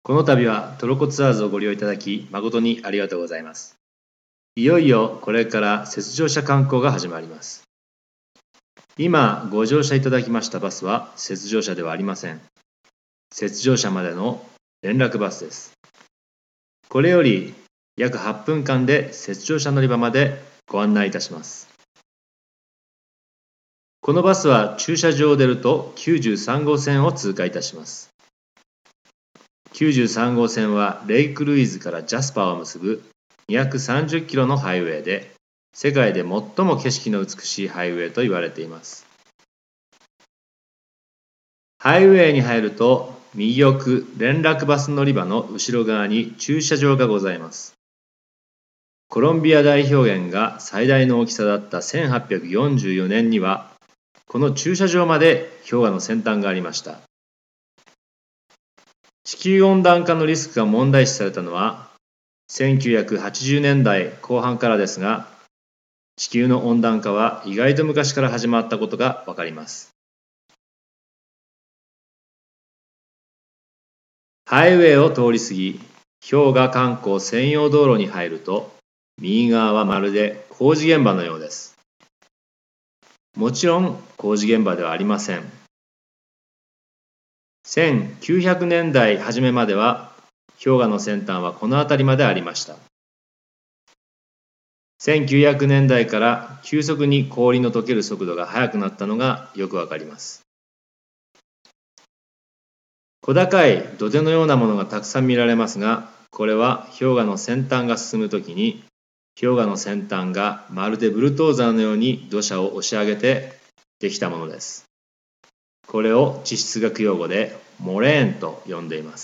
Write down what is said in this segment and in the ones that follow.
この度はトロコツアーズをご利用いただき誠にありがとうございます。いよいよこれから雪上車観光が始まります。今ご乗車いただきましたバスは雪上車ではありません。雪上車までの連絡バスです。これより約8分間で雪上車乗り場までご案内いたします。このバスは駐車場を出ると93号線を通過いたします。93号線はレイクルイズからジャスパーを結ぶ230キロのハイウェイで、世界で最も景色の美しいハイウェイと言われています。ハイウェイに入ると右奥連絡バス乗り場の後ろ側に駐車場がございます。コロンビア大氷原が最大の大きさだった1844年には、この駐車場まで氷河の先端がありました。地球温暖化のリスクが問題視されたのは1980年代後半からですが、地球の温暖化は意外と昔から始まったことがわかります。ハイウェイを通り過ぎ、氷河観光専用道路に入ると、右側はまるで工事現場のようです。もちろん工事現場ではありません。1900年代初めまでは氷河の先端はこの辺りまでありました。1900年代から急速に氷の溶ける速度が速くなったのがよくわかります。小高い土手のようなものがたくさん見られますが、これは氷河の先端が進むときに、氷河の先端がまるでブルドーザーのように土砂を押し上げてできたものです。これを地質学用語でモレーンと呼んでいます。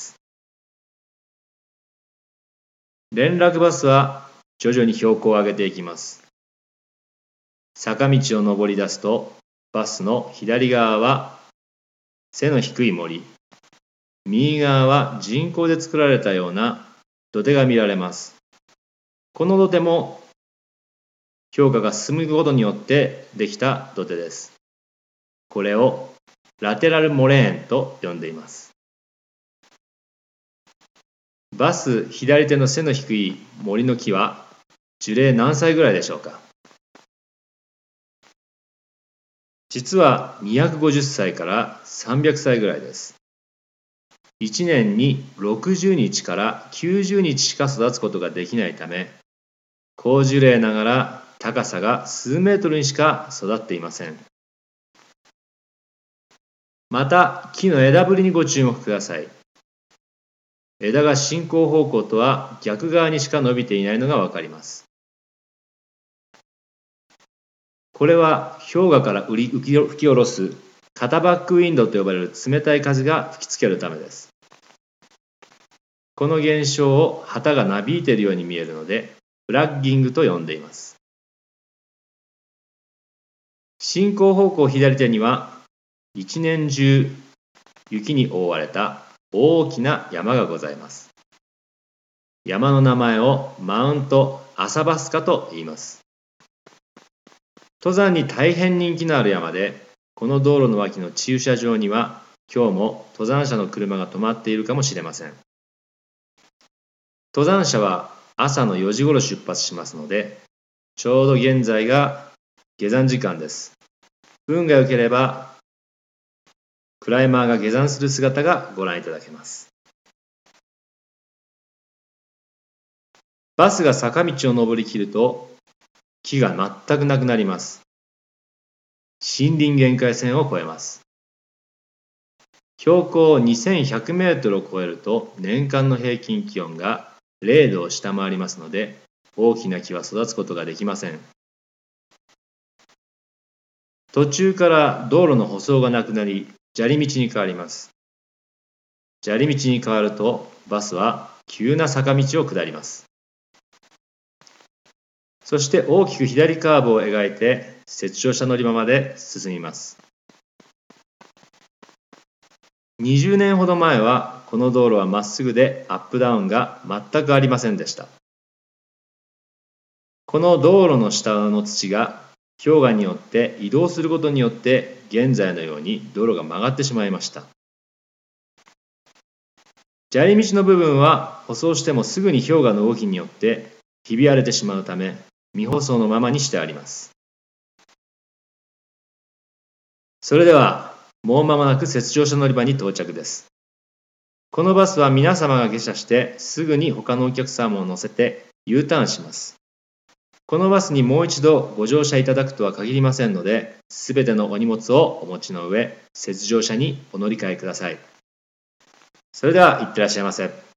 連絡バスは徐々に標高を上げていきます。坂道を登り出すと、バスの左側は背の低い森、右側は人工で作られたような土手が見られます。この土手も氷河が進むことによってできた土手です。これをラテラルモレーンと呼んでいます。バス左手の背の低い森の木は樹齢何歳ぐらいでしょうか。実は250歳から300歳ぐらいです。1年に60日から90日しか育つことができないため、高樹齢ながら高さが数メートルにしか育っていません。また木の枝ぶりにご注目ください。枝が進行方向とは逆側にしか伸びていないのがわかります。これは氷河から吹き下ろすカタバックウィンドと呼ばれる冷たい風が吹きつけるためです。この現象を旗がなびいているように見えるので、フラッギングと呼んでいます。進行方向左手には一年中雪に覆われた大きな山がございます。山の名前をマウントアサバスカと言います。登山に大変人気のある山で、この道路の脇の駐車場には今日も登山者の車が止まっているかもしれません。登山者は朝の4時ごろ出発しますので、ちょうど現在が下山時間です。運が良ければクライマーが下山する姿がご覧いただけます。バスが坂道を登りきると木が全くなくなります。森林限界線を越えます。標高2100メートルを超えると年間の平均気温が0度を下回りますので、大きな木は育つことができません。途中から道路の舗装がなくなり、砂利道に変わります。砂利道に変わるとバスは急な坂道を下ります。そして大きく左カーブを描いて雪上車乗り場まで進みます。20年ほど前はこの道路はまっすぐでアップダウンが全くありませんでした。この道路の下の土が氷河によって移動することによって現在のように道路が曲がってしまいました。 砂利道の部分は舗装してもすぐに氷河の動きによってひび割れてしまうため、未舗装のままにしてあります。それでは、もう間もなく雪上車乗り場に到着です。このバスは皆様が下車してすぐに他のお客様を乗せて U ターンします。このバスにもう一度ご乗車いただくとは限りませんので、すべてのお荷物をお持ちの上、雪上車にお乗り換えください。それでは、いってらっしゃいませ。